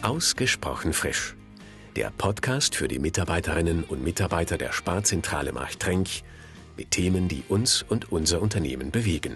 Ausgesprochen frisch. Der Podcast für die Mitarbeiterinnen und Mitarbeiter der Sparzentrale Marchtrenk mit Themen, die uns und unser Unternehmen bewegen.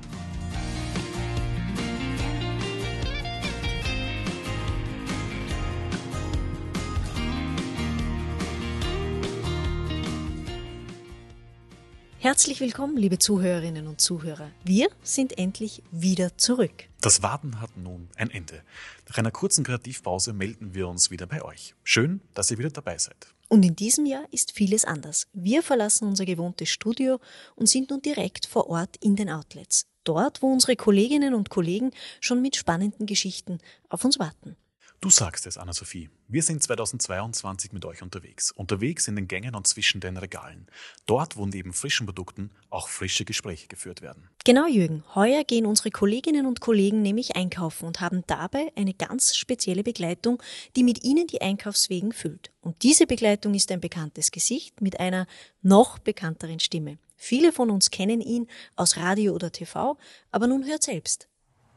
Herzlich willkommen, liebe Zuhörerinnen und Zuhörer. Wir sind endlich wieder zurück. Das Warten hat nun ein Ende. Nach einer kurzen Kreativpause melden wir uns wieder bei euch. Schön, dass ihr wieder dabei seid. Und in diesem Jahr ist vieles anders. Wir verlassen unser gewohntes Studio und sind nun direkt vor Ort in den Outlets. Dort, wo unsere Kolleginnen und Kollegen schon mit spannenden Geschichten auf uns warten. Du sagst es, Anna-Sophie. Wir sind 2022 mit euch unterwegs. Unterwegs in den Gängen und zwischen den Regalen. Dort, wo neben frischen Produkten auch frische Gespräche geführt werden. Genau, Jürgen. Heuer gehen unsere Kolleginnen und Kollegen nämlich einkaufen und haben dabei eine ganz spezielle Begleitung, die mit ihnen die Einkaufswegen füllt. Und diese Begleitung ist ein bekanntes Gesicht mit einer noch bekannteren Stimme. Viele von uns kennen ihn aus Radio oder TV, aber nun hört selbst.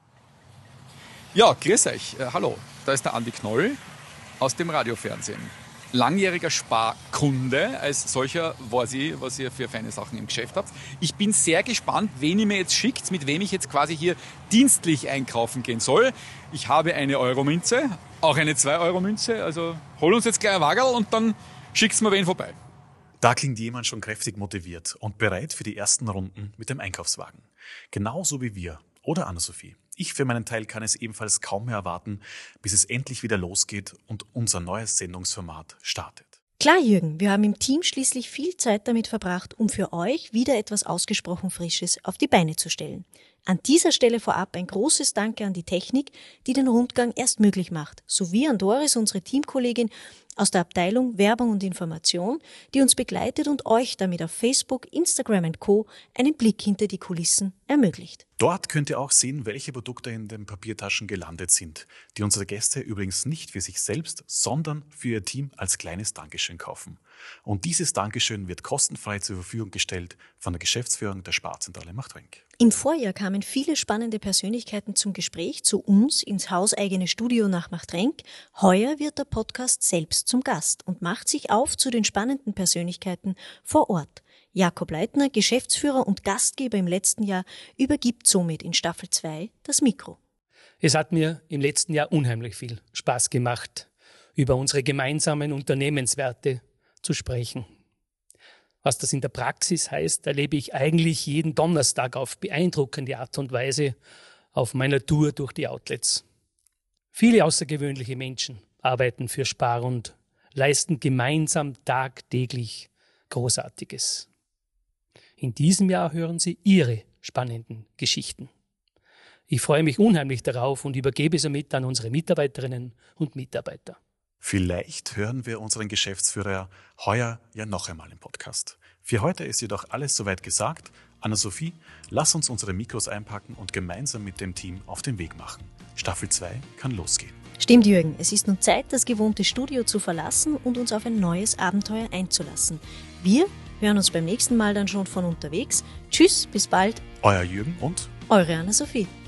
Ja, grüß euch. Hallo, da ist der Andi Knoll aus dem Radiofernsehen. Langjähriger Sparkunde, als solcher weiß ich, was ihr für feine Sachen im Geschäft habt. Ich bin sehr gespannt, wen ihr mir jetzt schickt, mit wem ich jetzt quasi hier dienstlich einkaufen gehen soll. Ich habe eine Euro-Münze, auch eine 2-Euro-Münze, also hol uns jetzt gleich ein Waggerl und dann schickst mir wen vorbei. Da klingt jemand schon kräftig motiviert und bereit für die ersten Runden mit dem Einkaufswagen. Genauso wie wir, oder Anna-Sophie? Ich für meinen Teil kann es ebenfalls kaum mehr erwarten, bis es endlich wieder losgeht und unser neues Sendungsformat startet. Klar, Jürgen, wir haben im Team schließlich viel Zeit damit verbracht, um für euch wieder etwas ausgesprochen Frisches auf die Beine zu stellen. An dieser Stelle vorab ein großes Danke an die Technik, die den Rundgang erst möglich macht, sowie an Doris, unsere Teamkollegin aus der Abteilung Werbung und Information, die uns begleitet und euch damit auf Facebook, Instagram und Co. einen Blick hinter die Kulissen ermöglicht. Dort könnt ihr auch sehen, welche Produkte in den Papiertaschen gelandet sind, die unsere Gäste übrigens nicht für sich selbst, sondern für ihr Team als kleines Dankeschön kaufen. Und dieses Dankeschön wird kostenfrei zur Verfügung gestellt von der Geschäftsführung der Sparzentrale Marchtrenk. Im Vorjahr kamen viele spannende Persönlichkeiten zum Gespräch zu uns ins hauseigene Studio nach Marchtrenk. Heuer wird der Podcast selbst zum Gast und macht sich auf zu den spannenden Persönlichkeiten vor Ort. Jakob Leitner, Geschäftsführer und Gastgeber im letzten Jahr, übergibt somit in Staffel 2 das Mikro. Es hat mir im letzten Jahr unheimlich viel Spaß gemacht, über unsere gemeinsamen Unternehmenswerte zu sprechen. Was das in der Praxis heißt, erlebe ich eigentlich jeden Donnerstag auf beeindruckende Art und Weise auf meiner Tour durch die Outlets. Viele außergewöhnliche Menschen arbeiten für Spar und leisten gemeinsam tagtäglich Großartiges. In diesem Jahr hören Sie Ihre spannenden Geschichten. Ich freue mich unheimlich darauf und übergebe somit an unsere Mitarbeiterinnen und Mitarbeiter. Vielleicht hören wir unseren Geschäftsführer heuer ja noch einmal im Podcast. Für heute ist jedoch alles soweit gesagt. Anna-Sophie, lass uns unsere Mikros einpacken und gemeinsam mit dem Team auf den Weg machen. Staffel 2 kann losgehen. Stimmt, Jürgen. Es ist nun Zeit, das gewohnte Studio zu verlassen und uns auf ein neues Abenteuer einzulassen. Wir hören uns beim nächsten Mal dann schon von unterwegs. Tschüss, bis bald. Euer Jürgen und eure Anna-Sophie.